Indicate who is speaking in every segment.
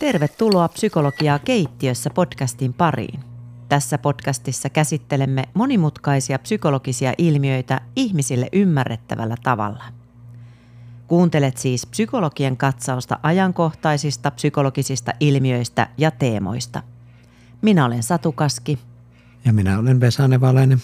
Speaker 1: Tervetuloa Psykologiaa keittiössä podcastin pariin. Tässä podcastissa käsittelemme monimutkaisia psykologisia ilmiöitä ihmisille ymmärrettävällä tavalla. Kuuntelet siis psykologien katsausta ajankohtaisista psykologisista ilmiöistä ja teemoista. Minä olen Satu Kaski.
Speaker 2: Ja minä olen Vesa Nevalainen.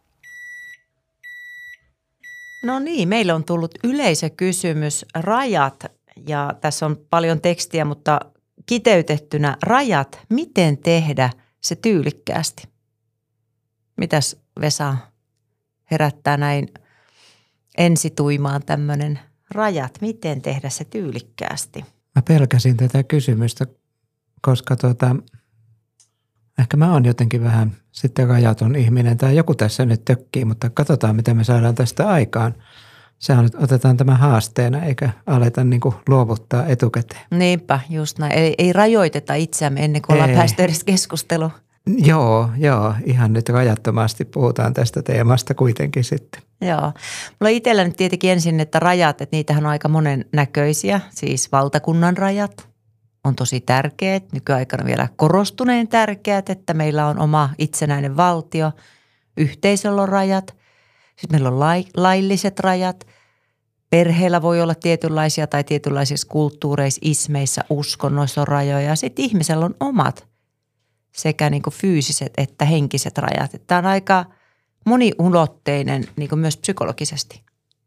Speaker 1: No niin, meillä on tullut yleisökysymys rajat ja tässä on paljon tekstiä, mutta kiteytettynä rajat, miten tehdä se tyylikkäästi? Mitäs Vesa herättää näin ensituimaan tämmöinen rajat, miten tehdä se tyylikkäästi?
Speaker 2: Mä pelkäsin tätä kysymystä, koska ehkä mä oon jotenkin vähän sitten rajaton ihminen tai joku tässä nyt tökkii, mutta katsotaan miten me saadaan tästä aikaan. Sehän nyt otetaan tämä haasteena eikä aleta niin kuin luovuttaa etukäteen.
Speaker 1: Niinpä, just näin. Ei rajoiteta itseämme ennen kuin ollaan päästy edes keskusteluun.
Speaker 2: Joo, ihan nyt rajattomasti puhutaan tästä teemasta kuitenkin sitten.
Speaker 1: Joo. Mulla itsellä nyt tietenkin ensin, että rajat, että niitähän on aika monennäköisiä, siis valtakunnan rajat on tosi tärkeät, nykyaikana vielä korostuneen tärkeät, että meillä on oma itsenäinen valtio, yhteisöllä on rajat, sitten meillä on lailliset rajat, perheillä voi olla tietynlaisia tai tietynlaisissa kulttuureissa, ismeissä, uskonnoissa on rajoja ja sitten ihmisellä on omat sekä niin kuin fyysiset että henkiset rajat. Tämä on aika moniulotteinen niin kuin myös psykologisesti.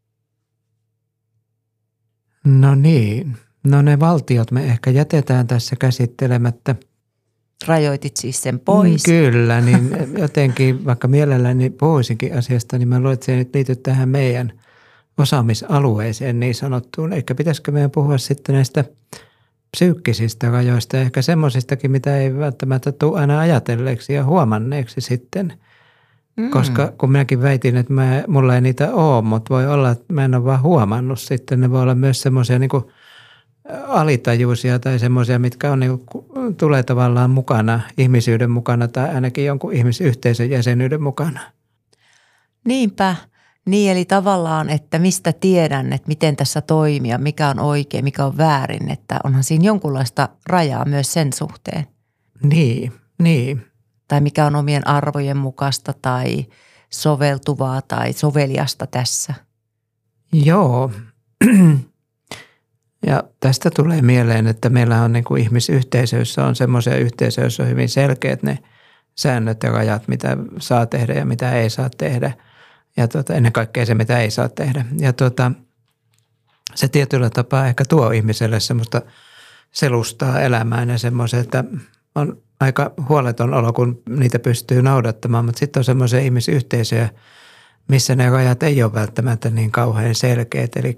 Speaker 2: No niin. No ne valtiot me ehkä jätetään tässä käsittelemättä.
Speaker 1: Rajoitit siis sen pois.
Speaker 2: Kyllä, niin jotenkin vaikka mielelläni puhuisinkin asiasta, niin mä luulen, että se ei nyt liity tähän meidän osaamisalueeseen niin sanottuun. Eikä pitäisikö meidän puhua sitten näistä psyykkisistä rajoista, ehkä semmoisistakin, mitä ei välttämättä tule aina ajatelleeksi ja huomanneeksi sitten. Koska kun minäkin väitin, että mulla ei niitä ole, mutta voi olla, että mä en ole vaan huomannut sitten. Ne voi olla myös semmoisia niin kuin alitajuisia tai semmoisia, mitkä on niin kuin, tulee tavallaan mukana, ihmisyyden mukana tai ainakin jonkun ihmisyhteisön jäsenyyden mukana.
Speaker 1: Niinpä. Niin, eli tavallaan, että mistä tiedän, että miten tässä toimia, mikä on oikein, mikä on väärin, että onhan siinä jonkunlaista rajaa myös sen suhteen.
Speaker 2: Niin.
Speaker 1: Tai mikä on omien arvojen mukaista tai soveltuvaa tai soveliasta tässä.
Speaker 2: Joo. Ja tästä tulee mieleen, että meillä on niin kuin ihmisyhteisöissä on semmoisia yhteisöjä, joissa on hyvin selkeät ne säännöt ja rajat, mitä saa tehdä ja mitä ei saa tehdä. Ja ennen kaikkea se, mitä ei saa tehdä. Ja se tietyllä tapaa ehkä tuo ihmiselle semmoista selustaa elämään ja semmoisen, että on aika huoleton olo, kun niitä pystyy noudattamaan. Mutta sitten on semmoisia ihmisyhteisöjä, missä ne rajat ei ole välttämättä niin kauhean selkeät. Eli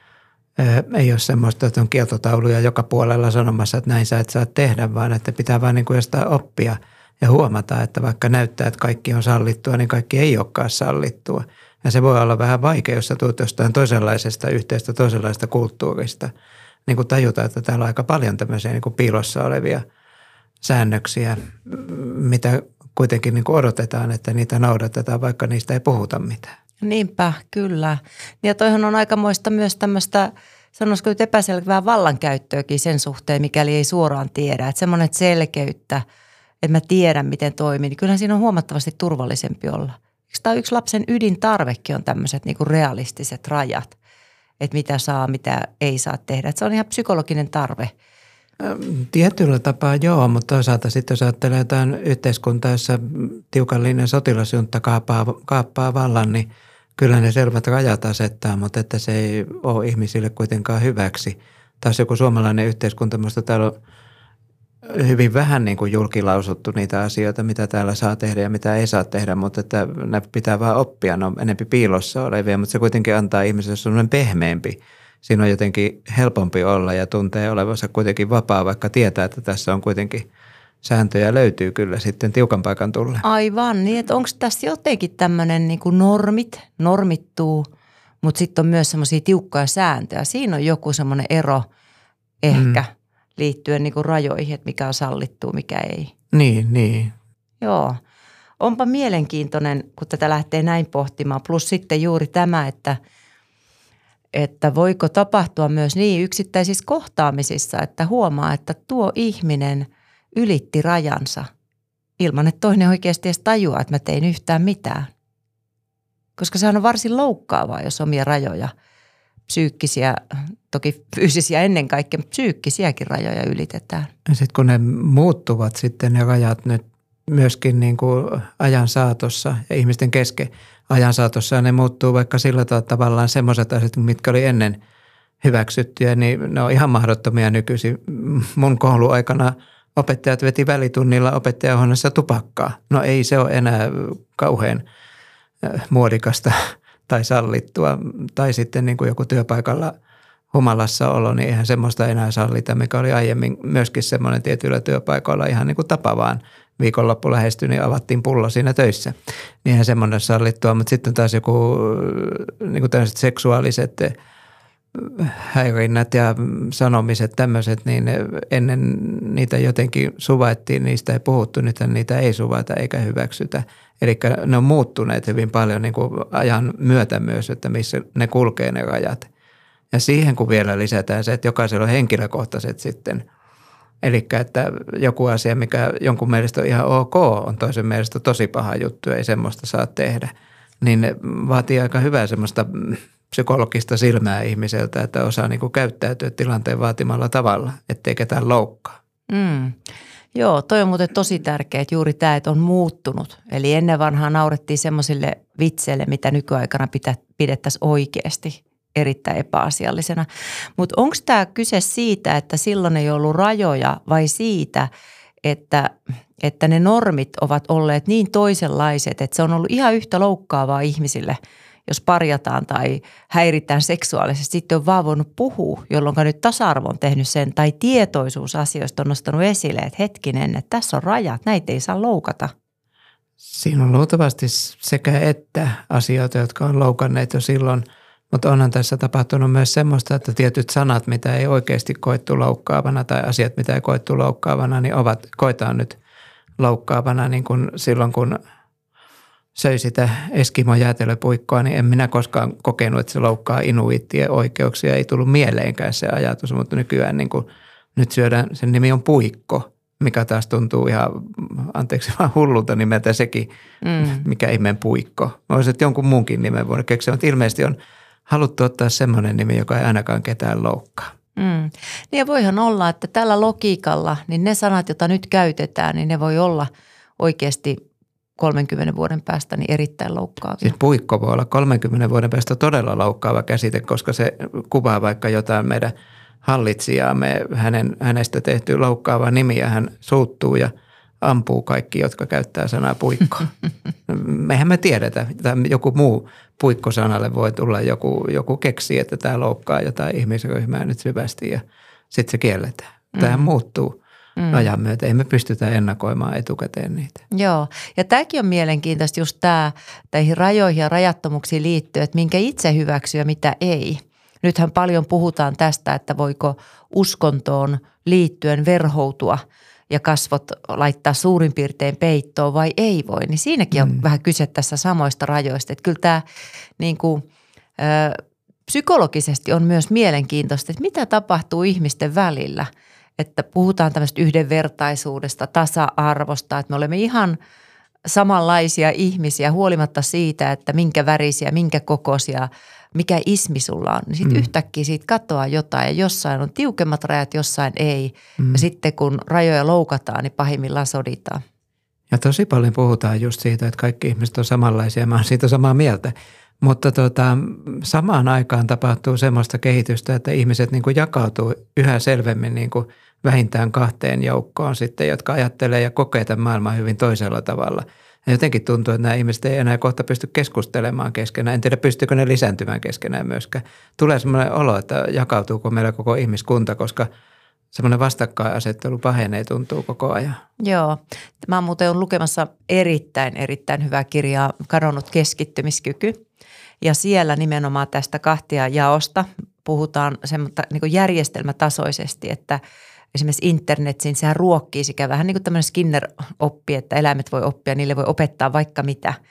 Speaker 2: ei ole semmoista, että on kieltotauluja joka puolella sanomassa, että näin sä et saa tehdä, vaan että pitää vaan niin kuin jostain oppia ja huomata, että vaikka näyttää, että kaikki on sallittua, niin kaikki ei olekaan sallittua. Ja se voi olla vähän vaikea, jos sä tulet jostain toisenlaisesta yhteistä, toisenlaista kulttuurista. Niin kuin tajuta, että täällä on aika paljon tämmöisiä niin kuin piilossa olevia säännöksiä, mitä kuitenkin niin kuin odotetaan, että niitä noudatetaan, vaikka niistä ei puhuta mitään.
Speaker 1: Niinpä, kyllä. Ja toihan on aikamoista myös tämmöistä, sanoisiko nyt epäselvää vallankäyttöäkin sen suhteen, mikäli ei suoraan tiedä. Että semmoinen selkeyttä, että mä tiedän, miten toimii, niin kyllähän siinä on huomattavasti turvallisempi olla. Eikö tämä yksi lapsen ydintarvekin on tämmöiset niin kuin realistiset rajat, että mitä saa, mitä ei saa tehdä. Että se on ihan psykologinen tarve.
Speaker 2: Tietyllä tapaa joo, mutta toisaalta sitten jos ajattelee jotain yhteiskuntaa, jossa tiukallinen sotilasjunta kaappaa vallan, niin kyllä ne selvät rajat asettaa, mutta että se ei ole ihmisille kuitenkaan hyväksi. Taas joku suomalainen yhteiskunta, minusta täällä on hyvin vähän niin kuin julkilausuttu niitä asioita, mitä täällä saa tehdä ja mitä ei saa tehdä, mutta että ne pitää vaan oppia, ne on enemmän piilossa olevia, mutta se kuitenkin antaa ihmiselle sellainen pehmeämpi. Siinä on jotenkin helpompi olla ja tuntee olevansa kuitenkin vapaa, vaikka tietää, että tässä on kuitenkin sääntöjä löytyy kyllä sitten tiukan paikan tulle.
Speaker 1: Aivan, niin että onko tässä jotenkin tämmöinen niin kuin normittuu, mutta sitten on myös semmoisia tiukkoja sääntöjä. Siinä on joku semmoinen ero ehkä liittyen niin kuin rajoihin, että mikä on sallittua, mikä ei.
Speaker 2: Niin.
Speaker 1: Joo. Onpa mielenkiintoinen, kun tätä lähtee näin pohtimaan. Plus sitten juuri tämä, että että voiko tapahtua myös niin yksittäisissä kohtaamisissa, että huomaa, että tuo ihminen ylitti rajansa ilman, että toinen oikeasti edes tajuaa, että mä tein yhtään mitään. Koska sehän on varsin loukkaavaa, jos omia rajoja, psyykkisiä, toki fyysisiä ennen kaikkea, psyykkisiäkin rajoja ylitetään.
Speaker 2: Ja sitten kun ne muuttuvat sitten ne rajat nyt myöskin niin kuin ajan saatossa ja ihmisten kesken ajan saatossa, ne muuttuu vaikka sillä tavallaan semmoiset asiat, mitkä oli ennen hyväksyttyjä, niin ne on ihan mahdottomia nykyisin. Mun kouluaikana opettajat veti välitunnilla opettajahuoneessa tupakkaa. No ei se ole enää kauhean muodikasta tai sallittua. Tai sitten niin kuin joku työpaikalla humalassa olo, niin eihän semmoista enää sallita, mikä oli aiemmin myöskin semmoinen tietyillä työpaikoilla ihan niin kuin tapa vaan. Viikonloppu lähestyi, niin avattiin pullo siinä töissä. Niinhän semmoinen sallittua, mutta sitten taas joku niin kuin tämmöiset seksuaaliset häirinnät ja sanomiset tämmöiset, niin ennen niitä jotenkin suvaittiin, niistä ei puhuttu, nyt niitä ei suvata eikä hyväksytä. Eli ne on muuttuneet hyvin paljon niin kuin ajan myötä myös, että missä ne kulkee ne rajat. Ja siihen kun vielä lisätään se, että jokaisella on henkilökohtaiset sitten. Eli että joku asia, mikä jonkun mielestä on ihan ok, on toisen mielestä tosi paha juttu, ei semmoista saa tehdä. Niin ne vaatii aika hyvää semmoista psykologista silmää ihmiseltä, että osaa niin kuin käyttäytyä tilanteen vaatimalla tavalla, ettei ketään loukkaa.
Speaker 1: Joo, toi on muuten tosi tärkeää, että juuri tämä, että on muuttunut. Eli ennen vanhaa naurettiin semmoisille vitseille, mitä nykyaikana pidettäisiin oikeasti erittäin epäasiallisena. Mutta onko tämä kyse siitä, että silloin ei ollut rajoja vai siitä, että ne normit ovat olleet niin toisenlaiset, että se on ollut ihan yhtä loukkaavaa ihmisille, jos parjataan tai häiritään seksuaalisesti, sitten on vaan voinut puhua, jolloin nyt tasa-arvo on tehnyt sen, tai tietoisuus asioista on nostanut esille, että hetkinen, että tässä on rajat, näitä ei saa loukata.
Speaker 2: Siinä on luultavasti sekä että asioita, jotka on loukanneet jo silloin, mutta onhan tässä tapahtunut myös semmoista, että tietyt sanat, mitä ei oikeasti koettu loukkaavana tai asiat, mitä ei koettu loukkaavana, niin koetaan nyt loukkaavana niin kuin silloin, kun söi sitä Eskimo-jäätelöpuikkoa, niin en minä koskaan kokenut, että se loukkaa inuittien oikeuksia. Ei tullut mieleenkään se ajatus, mutta nykyään niin kuin, nyt syödään, sen nimi on puikko, mikä taas tuntuu ihan, anteeksi vaan hullulta nimeltä sekin, mikä ihmeen puikko. Mä olisin, että jonkun muunkin nimen voinut keksiä, mutta ilmeisesti on haluttu ottaa semmoinen nimi, joka ei ainakaan ketään loukkaa.
Speaker 1: Niin ja voihan olla, että tällä logiikalla, niin ne sanat, joita nyt käytetään, niin ne voi olla oikeasti 30 vuoden päästä niin erittäin loukkaavia.
Speaker 2: Siis puikko voi olla 30 vuoden päästä todella loukkaava käsite, koska se kuvaa vaikka jotain meidän hallitsijaamme, hänestä tehty loukkaava nimi ja hän suuttuu ja ampuu kaikki, jotka käyttää sanaa puikko. Mehän me tiedetä, että joku muu puikkosanalle voi tulla joku keksi, että tämä loukkaa jotain ihmisryhmää nyt syvästi ja sitten se kielletään. Tämähän muuttuu ajan myötä. Ei me pystytä ennakoimaan etukäteen niitä.
Speaker 1: Joo, ja tämäkin on mielenkiintoista just näihin rajoihin ja rajattomuuksiin liittyen, että minkä itse hyväksyy ja mitä ei. Nythän paljon puhutaan tästä, että voiko uskontoon liittyen verhoutua ja kasvot laittaa suurin piirtein peittoon vai ei voi. Niin siinäkin on vähän kyse tässä samoista rajoista. Että kyllä tämä niin kuin, psykologisesti on myös mielenkiintoista, että mitä tapahtuu ihmisten välillä. Että puhutaan tämmöistä yhdenvertaisuudesta, tasa-arvosta, että me olemme ihan samanlaisia ihmisiä huolimatta siitä, että minkä värisiä, minkä kokoisia, mikä ismi sulla on. Niin sitten yhtäkkiä siitä katoaa jotain ja jossain on tiukemmat rajat, jossain ei. Ja sitten kun rajoja loukataan, niin pahimmillaan soditaan.
Speaker 2: Ja tosi paljon puhutaan just siitä, että kaikki ihmiset on samanlaisia. Mä oon siitä samaa mieltä. Mutta samaan aikaan tapahtuu semmoista kehitystä, että ihmiset niin kuin jakautuu yhä selvemmin niin kuin vähintään kahteen joukkoon sitten, jotka ajattelee ja kokee tämän maailman hyvin toisella tavalla. Ja jotenkin tuntuu, että nämä ihmiset ei enää kohta pysty keskustelemaan keskenään. En tiedä, pystyykö ne lisääntymään keskenään myöskään. Tulee semmoinen olo, että jakautuuko meillä koko ihmiskunta, koska semmoinen vastakkainasettelu pahenee, tuntuu koko ajan.
Speaker 1: Joo. Mä muuten olen lukemassa erittäin hyvää kirjaa Kadonnut keskittymiskyky. Ja siellä nimenomaan tästä kahtiajaosta puhutaan niin kuin järjestelmätasoisesti, että esimerkiksi internetin sehän ruokkii sekä vähän niin kuin tämmöinen Skinner-oppi, että eläimet voi oppia, niille voi opettaa vaikka mitä.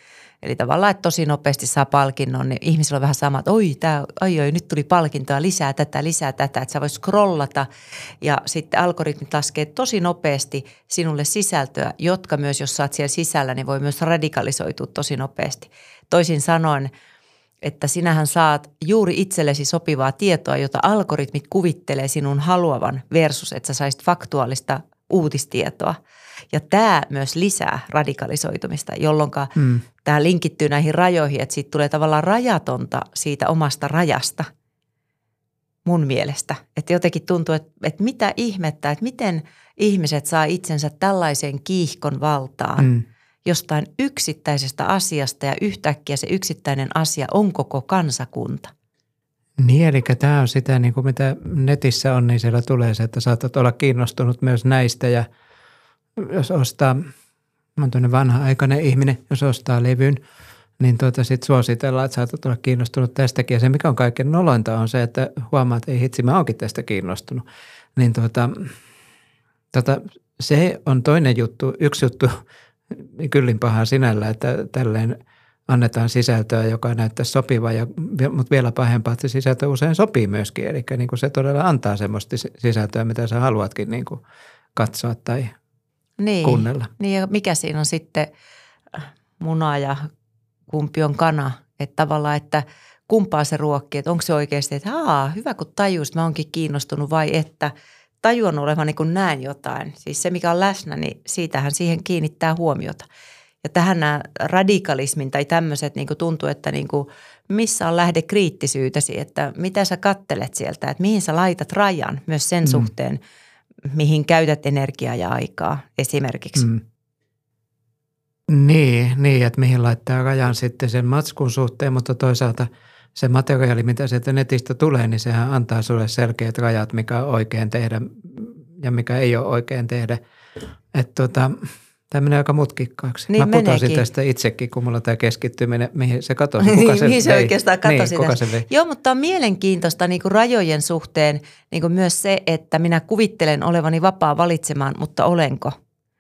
Speaker 1: Eli tavallaan, että tosi nopeasti saa palkinnon, niin ihmisillä on vähän sama, että oi, nyt tuli palkintoa, lisää tätä, että sä vois scrollata ja sitten algoritmit laskee tosi nopeasti sinulle sisältöä, jotka myös, jos sä oot siellä sisällä, niin voi myös radikalisoitua tosi nopeasti. Toisin sanoen, että sinähän saat juuri itsellesi sopivaa tietoa, jota algoritmit kuvittelee sinun haluavan versus, että sä saisit faktuaalista uutistietoa. Ja tämä myös lisää radikalisoitumista, jolloin tämä linkittyy näihin rajoihin, että siitä tulee tavallaan rajatonta siitä omasta rajasta mun mielestä. Että jotenkin tuntuu, että mitä ihmettä, että miten ihmiset saa itsensä tällaiseen kiihkon valtaan jostain yksittäisestä asiasta ja yhtäkkiä se yksittäinen asia on koko kansakunta.
Speaker 2: Niin, eli tämä on sitä, niin kuin mitä netissä on, niin siellä tulee se, että saatat olla kiinnostunut myös näistä ja jos ostaa, mä oon tämmöinen vanha-aikainen ihminen, jos ostaa levyn, niin sitten suositellaan, että saatat olla kiinnostunut tästäkin. Ja se, mikä on kaiken nolointa, on se, että huomaat, että ei hitsi, mä oonkin tästä kiinnostunut. Niin se on toinen juttu, yksi juttu kyllin pahaa sinällä, että tälleen annetaan sisältöä, joka näyttää sopivaa, mutta vielä pahempaa, että se sisältö usein sopii myöskin. Eli niin kuin se todella antaa semmoista sisältöä, mitä sä haluatkin niin kuin katsoa tai kuunnella. Niin
Speaker 1: ja mikä siinä on sitten muna ja kumpi on kana, että tavallaan, että kumpaa se ruokkii, että onko se oikeasti, että hyvä kun tajuus, mä oonkin kiinnostunut vai että tajuan olevan niin kuin näen jotain. Siis se, mikä on läsnä, niin siitähän siihen kiinnittää huomiota. Ja tähän nämä radikalismin tai tämmöiset niin kuin tuntuu, että niin kuin missä on lähde kriittisyytesi, että mitä sä kattelet sieltä, että mihin sä laitat rajan myös sen suhteen, mihin käytät energiaa ja aikaa esimerkiksi.
Speaker 2: Niin, että mihin laittaa rajan sitten sen matskun suhteen, mutta toisaalta se materiaali, mitä sieltä netistä tulee, niin sehän antaa sulle selkeät rajat, mikä on oikein tehdä ja mikä ei ole oikein tehdä. Että tämä menee aika mutkikkaaksi.
Speaker 1: Niin
Speaker 2: mä putosin tästä itsekin, kun mulla tämä keskittyminen, mihin se katosi.
Speaker 1: Mihin se oikeastaan katosi
Speaker 2: kuka se vei?
Speaker 1: Joo, mutta on mielenkiintoista niin kuin rajojen suhteen niin kuin myös se, että minä kuvittelen olevani vapaa valitsemaan, mutta olenko?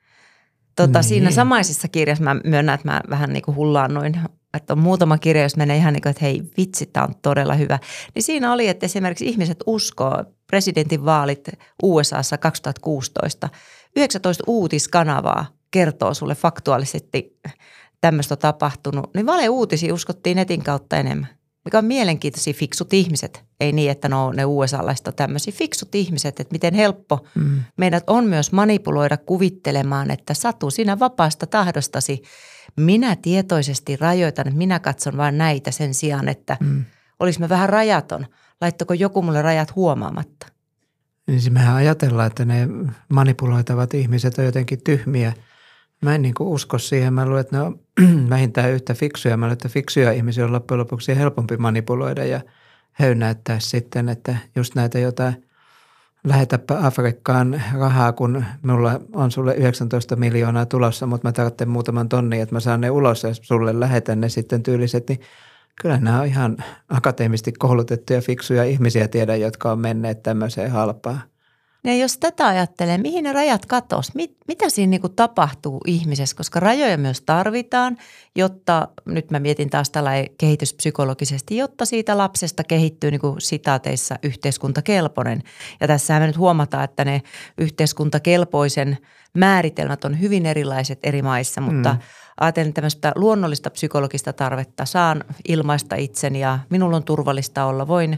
Speaker 1: Siinä samaisessa kirjassa mä myönnän, että mä vähän niin kuin hullaannuin, että on muutama kirja, jos menee ihan niin kuin, että hei vitsi, tämä on todella hyvä. Niin siinä oli, että esimerkiksi ihmiset uskoo presidentinvaalit USAssa 2016. 19 uutiskanavaa kertoo sulle faktuaalisesti tämmöistä tapahtunut. Niin valeuutisia uskottiin netin kautta enemmän, mikä on mielenkiintoisia fiksut ihmiset. Ei niin, että ne USA-laiset on tämmöisiä fiksut ihmiset, että miten helppo meidät on myös manipuloida kuvittelemaan, että Satu, sinä vapaasta tahdostasi minä tietoisesti rajoitan, että minä katson vain näitä sen sijaan, että olisi mä vähän rajaton. Laittako joku mulle rajat huomaamatta?
Speaker 2: Niin mehän ajatellaan, että ne manipuloitavat ihmiset on jotenkin tyhmiä. Mä en niin kuin usko siihen. Mä luulen, että ne on vähintään yhtä fiksuja. Mä luulen, että fiksuja ihmisiä on loppujen lopuksi helpompi manipuloida ja höynäyttää sitten, että just näitä jotain lähetäpä Afrikkaan rahaa, kun mulla on sulle 19 miljoonaa tulossa, mutta mä tarvitsen muutaman tonnin, että mä saan ne ulos ja sulle lähetän ne sitten tyyliset, niin kyllä nämä on ihan akateemisesti koulutettuja fiksuja ihmisiä tiedän, jotka on menneet tämmöiseen halpaan.
Speaker 1: Ja jos tätä ajattelee, mihin ne rajat katos? Mitä siinä niin kuin tapahtuu ihmisessä? Koska rajoja myös tarvitaan, jotta, nyt mä mietin taas tällainen kehityspsykologisesti, jotta siitä lapsesta kehittyy niin kuin sitaateissa yhteiskuntakelpoinen. Ja tässähän me nyt huomataan, että ne yhteiskuntakelpoisen määritelmät on hyvin erilaiset eri maissa, mutta ajattelen tämmöistä luonnollista psykologista tarvetta. Saan ilmaista itseni ja minulla on turvallista olla, voin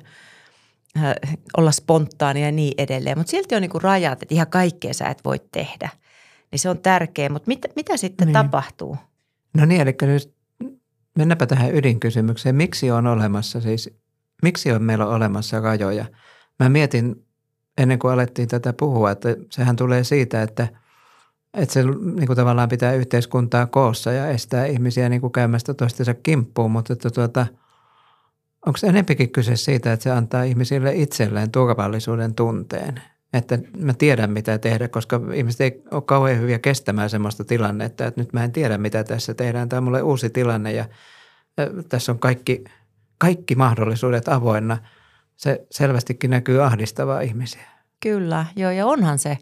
Speaker 1: olla spontaania ja niin edelleen. Mutta silti on niinku rajat, että ihan kaikkea sä et voi tehdä. Niin se on tärkeä, mutta mitä sitten tapahtuu?
Speaker 2: No niin, eli nyt mennäpä tähän ydinkysymykseen. Miksi on olemassa siis, miksi on meillä olemassa rajoja? Mä mietin ennen kuin alettiin tätä puhua, että sehän tulee siitä, että se niin kuin tavallaan pitää yhteiskuntaa koossa ja estää ihmisiä niin kuin käymästä toistensa kimppuun, mutta että onko se enempikin kyse siitä, että se antaa ihmisille itselleen turvallisuuden tunteen? Että mä tiedän, mitä tehdä, koska ihmiset ei ole kauhean hyviä kestämään sellaista tilannetta, että nyt mä en tiedä, mitä tässä tehdään. Tämä on mulle uusi tilanne ja tässä on kaikki mahdollisuudet avoinna. Se selvästikin näkyy ahdistavaa ihmisiä.
Speaker 1: Kyllä, joo, ja onhan se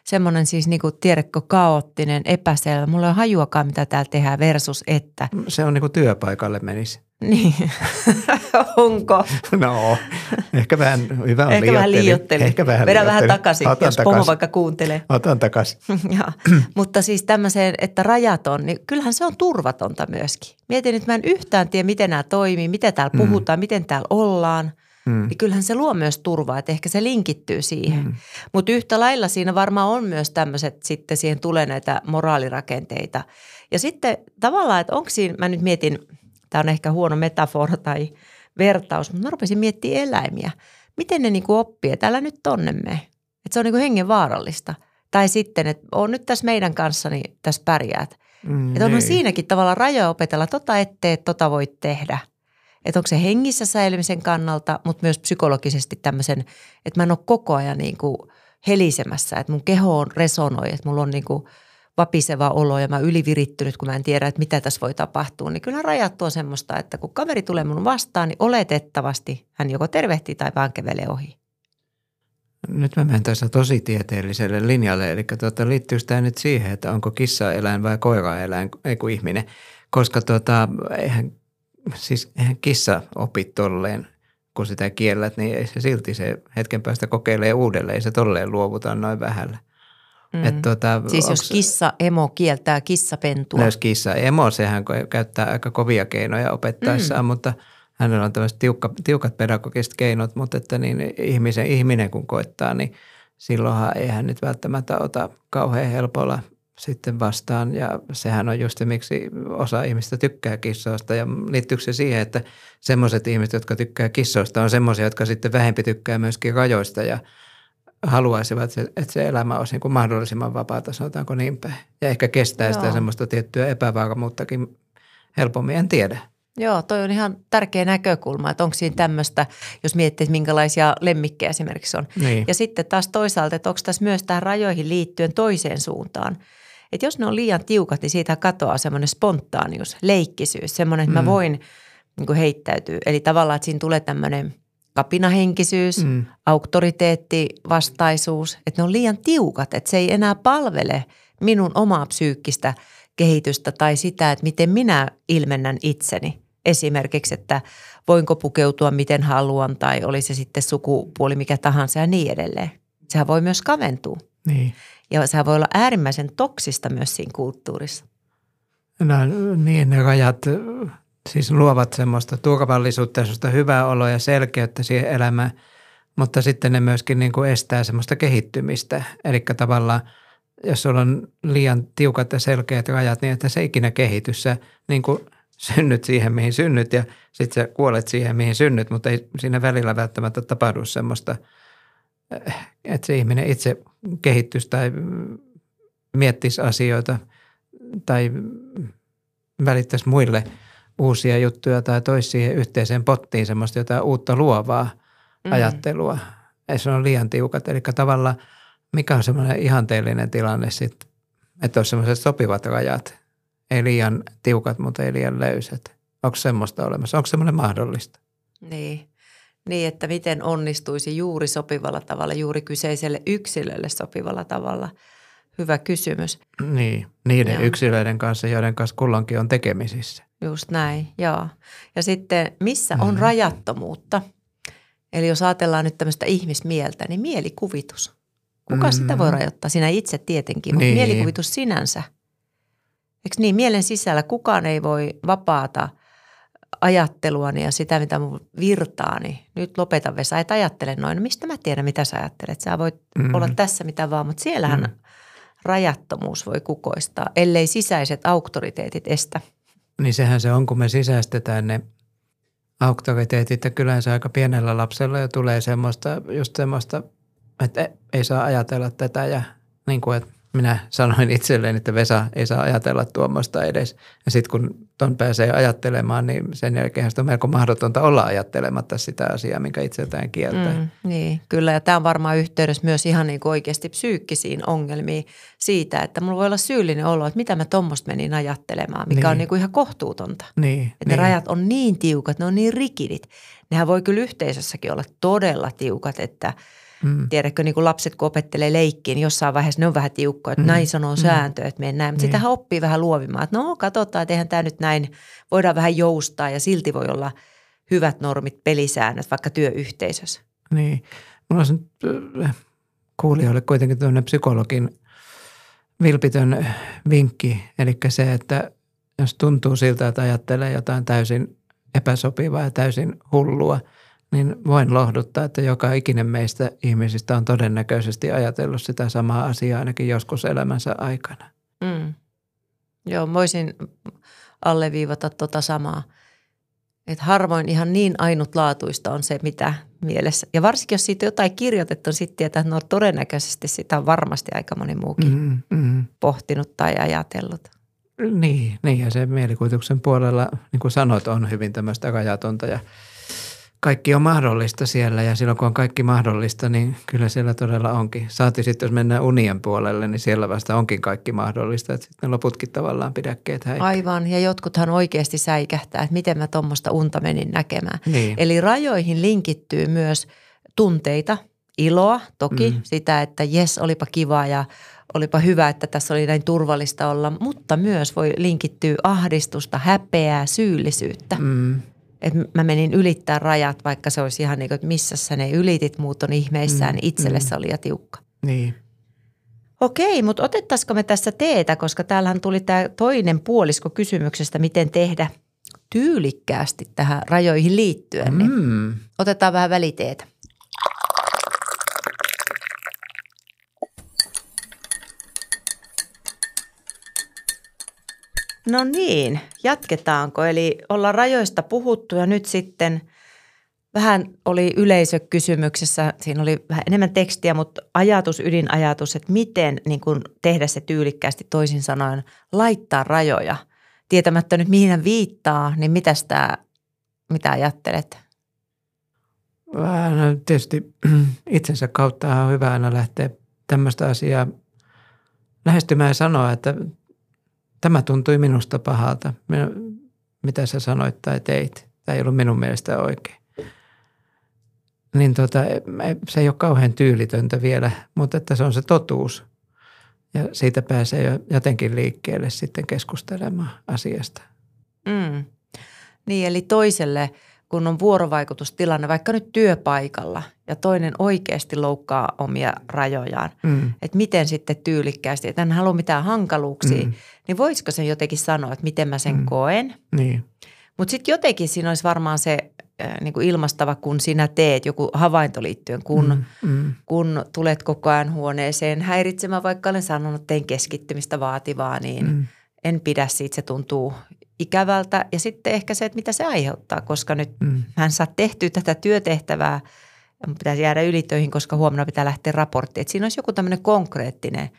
Speaker 1: semmoinen siis niinku, tiedätkö, kaoottinen, epäselvä. Mulla ei ole hajuakaan, mitä täällä tehdään versus että.
Speaker 2: Se on niin kuin työpaikalle menisi.
Speaker 1: Niin, onko?
Speaker 2: No, ehkä vähän hyvä on
Speaker 1: Ehkä vähän liioittelin.
Speaker 2: Ehkä vähän
Speaker 1: Vedän vähän takaisin, jos pomo vaikka kuuntelee.
Speaker 2: Otan takaisin.
Speaker 1: Mutta siis tämmöiseen, että rajat on, niin kyllähän se on turvatonta myöskin. Mietin, että mä en yhtään tiedä, miten nämä toimii, miten täällä puhutaan, miten täällä ollaan. Niin kyllähän se luo myös turvaa, että ehkä se linkittyy siihen. Mutta yhtä lailla siinä varmaan on myös tämmöiset, sitten siihen tulee näitä moraalirakenteita. Ja sitten tavallaan, että onko siinä, mä nyt mietin, tämä on ehkä huono metafora tai vertaus, mutta mä rupesin miettimään eläimiä. Miten ne niinku oppii, että älä nyt tonne mene. Että se on niinku hengenvaarallista. Tai sitten, että on nyt tässä meidän kanssa, niin tässä pärjäät. Että onhan siinäkin tavallaan rajoja opetella, ettei, voit tehdä. Että onko se hengissä säilymisen kannalta, mutta myös psykologisesti tämmöisen, että mä en ole koko ajan niinku helisemässä, että mun keho on resonoi, että mulla on niinku vapiseva olo ja mä ylivirittynyt, kun mä en tiedä, että mitä tässä voi tapahtua. Niin kyllä rajat tuo semmoista, että kun kaveri tulee mun vastaan, niin oletettavasti hän joko tervehtii tai vaan kävelee ohi.
Speaker 2: Nyt mä menen tässä tosi tieteelliselle linjalle, eli liittyykö tämä nyt siihen, että onko kissa-eläin vai koira-eläin, ei kun ihminen, koska eihän kissa opi tolleen, kun sitä kiellät, niin ei se silti se hetken päästä kokeilee uudelleen, ei se tolleen luovuta noin vähällä.
Speaker 1: Siis jos kissa-emo kieltää kissapentua.
Speaker 2: No jos kissa-emo, sehän käyttää aika kovia keinoja opettaessaan, mutta hänellä on tämmöiset tiukat pedagogiset keinot, mutta että niin ihminen kun koettaa, niin silloinhan ei hän nyt välttämättä ota kauhean helpolla sitten vastaan. Ja sehän on just se, miksi osa ihmistä tykkää kissoista ja liittyykö se siihen, että semmoiset ihmiset, jotka tykkää kissoista, on semmoisia, jotka sitten vähempi tykkää myöskin rajoista ja haluaisivat, että se elämä olisi niin kuin mahdollisimman vapaata, sanotaanko niin päin. Ja ehkä kestää sitä semmoista tiettyä epävarmuuttakin helpommin, en tiedä.
Speaker 1: Joo, toi on ihan tärkeä näkökulma, että onko siinä tämmöistä, jos miettii, että minkälaisia lemmikkejä esimerkiksi on.
Speaker 2: Niin.
Speaker 1: Ja sitten taas toisaalta, että onko tässä myös tähän rajoihin liittyen toiseen suuntaan. Että jos ne on liian tiukat, niin siitä katoaa semmoinen spontaanius, leikkisyys, semmoinen, että mä voin niin kuin heittäytyä. Eli tavallaan, että siinä tulee tämmöinen kapinahenkisyys, auktoriteetti, vastaisuus, että ne on liian tiukat, että se ei enää palvele minun omaa psyykkistä kehitystä tai sitä, että miten minä ilmennän itseni. Esimerkiksi, että voinko pukeutua miten haluan tai oli se sitten sukupuoli mikä tahansa ja niin edelleen. Sehän voi myös kaventua.
Speaker 2: Niin.
Speaker 1: Ja sehän voi olla äärimmäisen toksista myös siinä kulttuurissa.
Speaker 2: No niin, ne rajat siis luovat semmoista turvallisuutta ja semmoista hyvää oloa ja selkeyttä siihen elämään, mutta sitten ne myöskin niin kuin estää semmoista kehittymistä. Eli tavallaan, jos sulla on liian tiukat ja selkeät rajat, niin että se ikinä kehity. Sä niin kuin synnyt siihen, mihin synnyt ja sitten sä kuolet siihen, mihin synnyt, mutta ei siinä välillä välttämättä tapahdu semmoista, että se ihminen itse kehittyisi tai miettisi asioita tai välittäisi muille uusia juttuja tai toisi siihen yhteiseen pottiin semmoista jotain uutta luovaa ajattelua. Ei se ole liian tiukat. Eli tavallaan mikä on semmoinen ihanteellinen tilanne sitten, että olisi semmoiset sopivat rajat. Ei liian tiukat, mutta ei liian löysät. Onko semmoista olemassa? Onko semmoinen mahdollista?
Speaker 1: Niin, että miten onnistuisi juuri sopivalla tavalla, juuri kyseiselle yksilölle sopivalla tavalla. Hyvä kysymys.
Speaker 2: Niin, niiden yksilöiden kanssa, joiden kanssa kulloinkin on tekemisissä.
Speaker 1: Just näin, joo. Ja sitten missä on rajattomuutta? Eli jos ajatellaan nyt tämmöistä ihmismieltä, niin mielikuvitus. Kuka sitä voi rajoittaa? Sinä itse tietenkin, mutta mielikuvitus sinänsä. Eikö niin? Mielen sisällä kukaan ei voi vapaata ajatteluani ja sitä, mitä mun virtaa, niin nyt lopeta Vesa, et ajattele noin. No mistä mä tiedän, mitä sä ajattelet? Sä voit olla tässä mitä vaan, mutta siellähän rajattomuus voi kukoistaa, ellei sisäiset auktoriteetit estä.
Speaker 2: Niin sehän se on, kun me sisäistetään ne auktoriteetit ja kyllähän se aika pienellä lapsella jo tulee just semmoista, että ei saa ajatella tätä ja niin kuin, että minä sanoin itselleen, että Vesa ei saa ajatella tuommoista edes. Ja sitten kun ton pääsee ajattelemaan, niin sen jälkeen on melko mahdotonta olla ajattelematta sitä asiaa, minkä itseltään kieltää.
Speaker 1: Niin, kyllä. Ja tämä on varmaan yhteydessä myös ihan niin kuin oikeasti psyykkisiin ongelmiin siitä, että mulla voi olla syyllinen olo, että mitä mä tuommoista menin ajattelemaan, mikä on niin kuin ihan kohtuutonta. Että ne rajat on niin tiukat, ne on niin rikidit. Nehän voi kyllä yhteisössäkin olla todella tiukat, että Tiedätkö, niin kuin lapset kun opettelee leikkiä, niin jossain vaiheessa ne on vähän tiukkoja, että näin sanoo sääntö, että mennään. Mutta sitähän oppii vähän luovimaan, että no katsotaan, että eihän tämä nyt näin, voidaan vähän joustaa ja silti voi olla hyvät normit, pelisäännöt vaikka työyhteisössä.
Speaker 2: Niin, mulla on kuulijoille kuitenkin tämmöinen psykologin vilpitön vinkki, eli se, että jos tuntuu siltä, että ajattelee jotain täysin epäsopivaa ja täysin hullua, niin voin lohduttaa, että joka ikinen meistä ihmisistä on todennäköisesti ajatellut sitä samaa asiaa ainakin joskus elämänsä aikana.
Speaker 1: Joo, voisin alleviivata tota samaa. Että harvoin ihan niin ainutlaatuista on se, mitä mielessä. Ja varsinkin, jos siitä jotain kirjoitettu, on sitten tietää, että no todennäköisesti sitä on varmasti aika moni muukin pohtinut tai ajatellut.
Speaker 2: Niin, ja se mielikuvituksen puolella, niin kuin sanot, on hyvin tämmöistä rajatonta ja kaikki on mahdollista siellä ja silloin kun on kaikki mahdollista, niin kyllä siellä todella onkin. Saati sitten, jos mennään unien puolelle, niin siellä vasta onkin kaikki mahdollista, että sitten ne loputkin tavallaan pidäkkeet häikkää.
Speaker 1: Aivan, ja jotkuthan oikeasti säikähtää, että miten mä tuommoista unta menin näkemään.
Speaker 2: Niin.
Speaker 1: Eli rajoihin linkittyy myös tunteita, iloa toki, sitä, että jes, olipa kiva ja olipa hyvä, että tässä oli näin turvallista olla, mutta myös voi linkittyä ahdistusta, häpeää, syyllisyyttä. Että mä menin ylittää rajat, vaikka se olisi ihan niin kuin, että missä sä ne ylitit, muut on ihmeissään, niin itselle se oli liian tiukka.
Speaker 2: Niin.
Speaker 1: Okei, mutta otettaisiko me tässä teetä, koska täällähän tuli tämä toinen puolisko kysymyksestä, miten tehdä tyylikkäästi tähän rajoihin liittyen. Niin otetaan vähän väliteetä. No niin, jatketaanko? Eli ollaan rajoista puhuttu ja nyt sitten vähän oli yleisökysymyksessä, siinä oli vähän enemmän tekstiä, mutta ydinajatus, että miten niin kun tehdä se tyylikkäästi toisin sanoen, laittaa rajoja. Tietämättä nyt mihin hän viittaa, niin mitä ajattelet?
Speaker 2: No, tietysti itsensä kautta on hyvä aina lähteä tämmöistä asiaa lähestymään ja sanoa, että tämä tuntui minusta pahalta, mitä sä sanoit tai teit. Tämä ei ollut minun mielestä oikein. Niin se ei ole kauhean tyylitöntä vielä, mutta että se on se totuus. Ja siitä pääsee jo jotenkin liikkeelle sitten keskustelemaan asiasta.
Speaker 1: Niin, eli toiselle, kun on vuorovaikutustilanne, vaikka nyt työpaikalla ja toinen oikeasti loukkaa omia rajojaan, että miten sitten tyylikkäästi, että en halua mitään hankaluuksia, niin voisiko sen jotenkin sanoa, että miten mä sen koen?
Speaker 2: Niin.
Speaker 1: Mutta sitten jotenkin siinä olisi varmaan se niin kuin ilmastava, kun sinä teet joku havainto liittyen, kun tulet koko ajan huoneeseen häiritsemään, vaikka olen sanonut, että tein keskittymistä vaativaa, niin en pidä siitä, se tuntuu ikävältä. Ja sitten ehkä se, että mitä se aiheuttaa, koska nyt mä en saa tehtyä tätä työtehtävää, pitäisi jäädä ylitöihin, koska huomenna pitää lähteä raporttiin. Että siinä olisi joku tämmöinen konkreettinen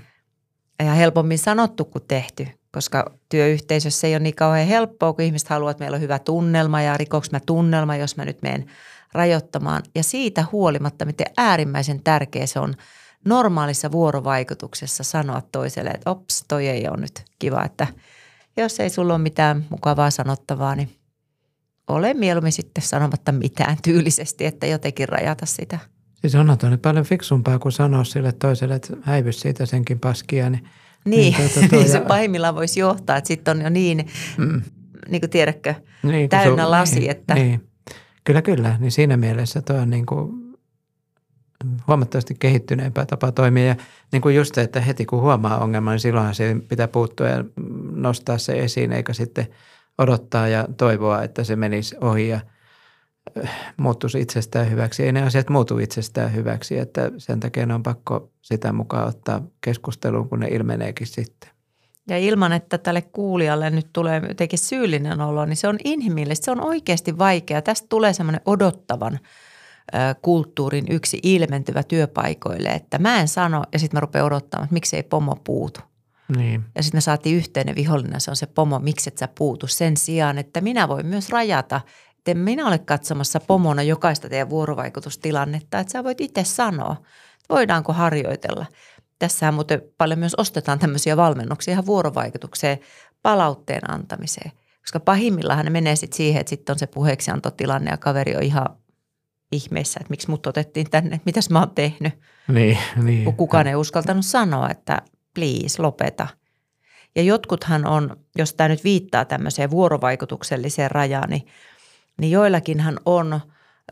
Speaker 1: ja helpommin sanottu kuin tehty, koska työyhteisössä ei ole niin kauhean helppoa, kun ihmiset haluaa, että meillä on hyvä tunnelma ja rikoks mä tunnelma, jos mä nyt menen rajoittamaan. Ja siitä huolimatta, miten äärimmäisen tärkeä se on normaalissa vuorovaikutuksessa sanoa toiselle, että ops, toi ei ole nyt kiva, että jos ei sulla ole mitään mukavaa sanottavaa, niin ole mieluummin sitten sanomatta mitään tyylisesti, että jotenkin rajata sitä.
Speaker 2: Siis on nyt paljon fiksumpaa kuin sanoa sille toiselle, että häivys siitä senkin paskia.
Speaker 1: Niin se pahimmillaan voisi johtaa, että sitten on jo niin kuin tiedätkö, täynnä lasi.
Speaker 2: Niin,
Speaker 1: että
Speaker 2: niin. Kyllä. Niin siinä mielessä tuo on niin kuin huomattavasti kehittyneempää tapa toimia. Ja niin kuin just se, että heti kun huomaa ongelman, niin silloinhan siihen pitää puuttua ja nostaa se esiin, eikä sitten odottaa ja toivoa, että se menisi ohi ja muuttuisi itsestään hyväksi. Ei ne asiat muutu itsestään hyväksi, että sen takia ne on pakko sitä mukaan ottaa keskusteluun, kun ne ilmeneekin sitten.
Speaker 1: Ja ilman, että tälle kuulijalle nyt tulee jotenkin syyllinen olo, niin se on inhimillistä, se on oikeasti vaikea. Tästä tulee semmoinen odottavan kulttuurin yksi ilmentyvä työpaikoille, että mä en sano ja sitten mä rupean odottamaan, että miksei pomo puutu.
Speaker 2: Niin.
Speaker 1: Ja sitten me saatiin yhteinen vihollinen, se on se pomo, miksi et sä puutu sen sijaan, että minä voin myös rajata, että minä olen katsomassa pomona jokaista teidän vuorovaikutustilannetta, että sä voit itse sanoa, että voidaanko harjoitella. Tässähän muuten paljon myös ostetaan tämmöisiä valmennuksia ihan vuorovaikutukseen, palautteen antamiseen, koska pahimmillaan ne menee sitten siihen, että sitten on se puheeksiantotilanne ja kaveri on ihan ihmeessä, että miksi mut otettiin tänne, että mitäs mä oon tehnyt.
Speaker 2: Niin.
Speaker 1: Kun kukaan ei uskaltanut sanoa, että please, lopeta. Ja jotkuthan on, jos tämä nyt viittaa tämmöiseen vuorovaikutukselliseen rajaan, niin joillakinhan on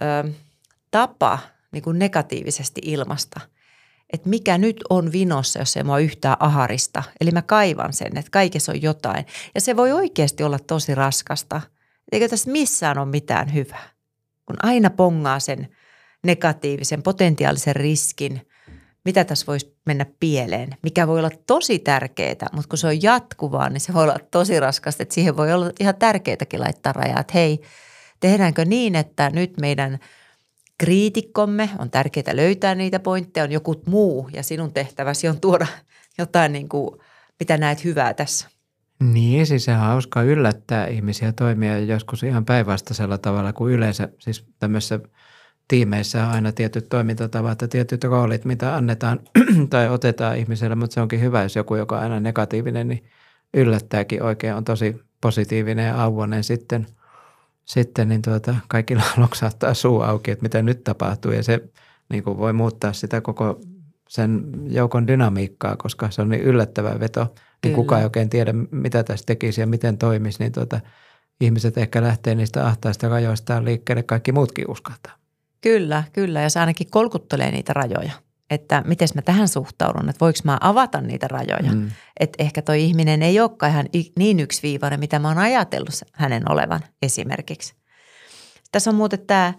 Speaker 1: tapa niin kuin negatiivisesti ilmaista, että mikä nyt on vinossa, jos ei mua yhtään aharista. Eli mä kaivan sen, että kaikessa on jotain. Ja se voi oikeasti olla tosi raskasta. Eikö tässä missään ole mitään hyvää? Kun aina pongaa sen negatiivisen, potentiaalisen riskin, mitä tässä voisi mennä pieleen, mikä voi olla tosi tärkeää, mutta kun se on jatkuvaa, niin se voi olla tosi raskasta, että siihen voi olla ihan tärkeitäkin laittaa rajaa, että hei, tehdäänkö niin, että nyt meidän kriitikkomme on tärkeää löytää niitä pointteja, on joku muu ja sinun tehtäväsi on tuoda jotain niin kuin, mitä näet hyvää tässä.
Speaker 2: Niin, siis se on hauska yllättää ihmisiä toimia joskus ihan päinvastaisella tavalla kuin yleensä. Siis tämmöisissä tiimeissä on aina tietyt toimintatavat ja tietyt roolit, mitä annetaan tai otetaan ihmiselle, mutta se onkin hyvä, jos joku, joka on aina negatiivinen, niin yllättääkin oikein, on tosi positiivinen ja auvoinen sitten niin kaikilla loksauttaa suu auki, että mitä nyt tapahtuu ja se niin kuin voi muuttaa sitä koko sen joukon dynamiikkaa, koska se on niin yllättävä veto, niin kukaan ei oikein tiedä, mitä tässä tekisi ja miten toimisi, niin ihmiset ehkä lähtee niistä ahtaista rajoistaan liikkeelle, kaikki muutkin uskaltaa.
Speaker 1: Kyllä ja se ainakin kolkuttelee niitä rajoja, että miten mä tähän suhtaudun, että voiko mä avata niitä rajoja. Että ehkä toi ihminen ei olekaan ihan niin yksiviivainen, mitä mä oon ajatellut hänen olevan esimerkiksi. Tässä on muuten tämä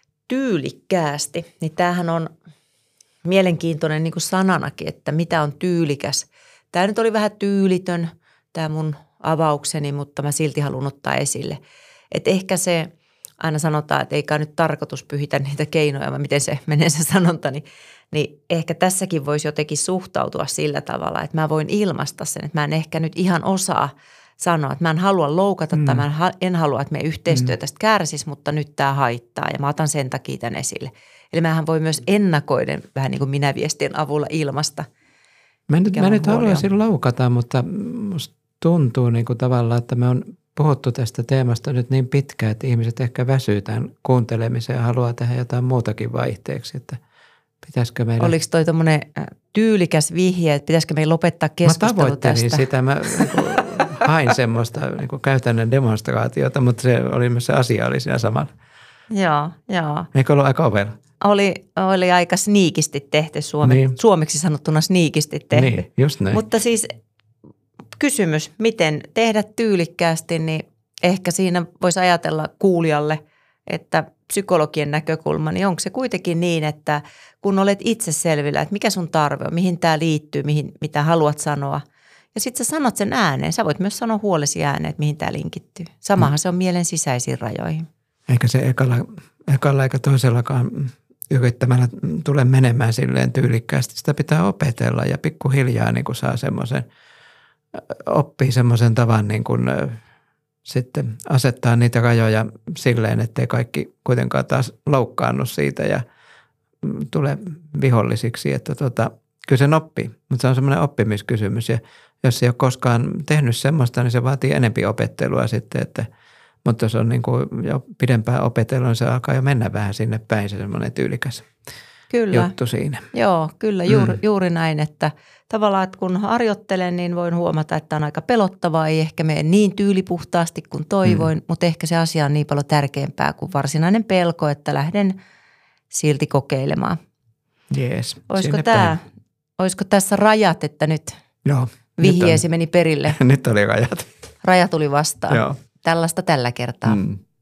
Speaker 1: tyylikkäästi, niin tämähän on mielenkiintoinen niin kuin sananakin, että mitä on tyylikäs. Tämä nyt oli vähän tyylitön, tämä mun avaukseni, mutta mä silti haluan ottaa esille. Että ehkä se, aina sanotaan, että eikä nyt tarkoitus pyhitä niitä keinoja, vai miten se menee se sanonta, niin ehkä tässäkin voisi jotenkin suhtautua sillä tavalla, että mä voin ilmaista sen, että mä en ehkä nyt ihan osaa sanoa, että mä en halua loukata tai mä en halua, että meidän yhteistyö tästä kärsisi, mutta nyt tämä haittaa ja mä otan sen takia tämän esille. Eli mähän voi myös ennakoiden vähän niin kuin minäviestien avulla ilmaista.
Speaker 2: Mä nyt haluaisin loukata, mutta musta tuntuu niin kuin tavallaan, että me on puhuttu tästä teemasta nyt niin pitkään, että ihmiset ehkä väsyy tämän kuuntelemiseen ja haluaa tehdä jotain muutakin vaihteeksi, että pitäisikö meidän...
Speaker 1: Oliko toi tommoinen tyylikäs vihje, että pitäisikö meidän lopettaa keskustelu tästä?
Speaker 2: Mä tavoittelin sitä, mä hain semmoista niin kuin käytännön demonstraatiota, mutta se oli myös se asia oli siinä samalla.
Speaker 1: Joo.
Speaker 2: Eikö ollut aika ovella?
Speaker 1: Oli aika sniikisti tehty, suomeksi sanottuna sniikisti tehty.
Speaker 2: Niin, just näin.
Speaker 1: Mutta siis kysymys, miten tehdä tyylikkäästi, niin ehkä siinä voisi ajatella kuulijalle, että psykologien näkökulma, niin onko se kuitenkin niin, että kun olet itse selvillä, että mikä sun tarve on, mihin tämä liittyy, mitä haluat sanoa. Ja sitten sä sanot sen ääneen. Sä voit myös sanoa huolesi ääneen, että mihin tämä linkittyy. Samahan se on mielen sisäisiin rajoihin.
Speaker 2: Eikä se ekalla eikä toisellakaan yrittämällä tule menemään silleen tyylikkäästi. Sitä pitää opetella ja pikkuhiljaa niin kuin saa oppii semmoisen tavan niin kuin, sitten asettaa niitä rajoja silleen, ettei kaikki kuitenkaan taas loukkaannut siitä ja tule vihollisiksi. Että kyllä sen oppii, mutta se on semmoinen oppimiskysymys ja jos ei ole koskaan tehnyt semmoista, niin se vaatii enempi opettelua sitten, mutta jos on niin kuin jo pidempään opetellut, niin se alkaa jo mennä vähän sinne päin, se semmoinen tyylikäs juttu siinä.
Speaker 1: Joo, kyllä, juuri näin, että tavallaan, että kun harjoittelen, niin voin huomata, että on aika pelottavaa, ei ehkä mene niin tyylipuhtaasti kuin toivoin, mutta ehkä se asia on niin paljon tärkeämpää kuin varsinainen pelko, että lähden silti kokeilemaan.
Speaker 2: Jees.
Speaker 1: Olisiko tässä rajat, että nyt vihjeesi meni perille?
Speaker 2: Nyt oli rajat.
Speaker 1: Raja tuli vastaan.
Speaker 2: Joo.
Speaker 1: Tällaista tällä kertaa.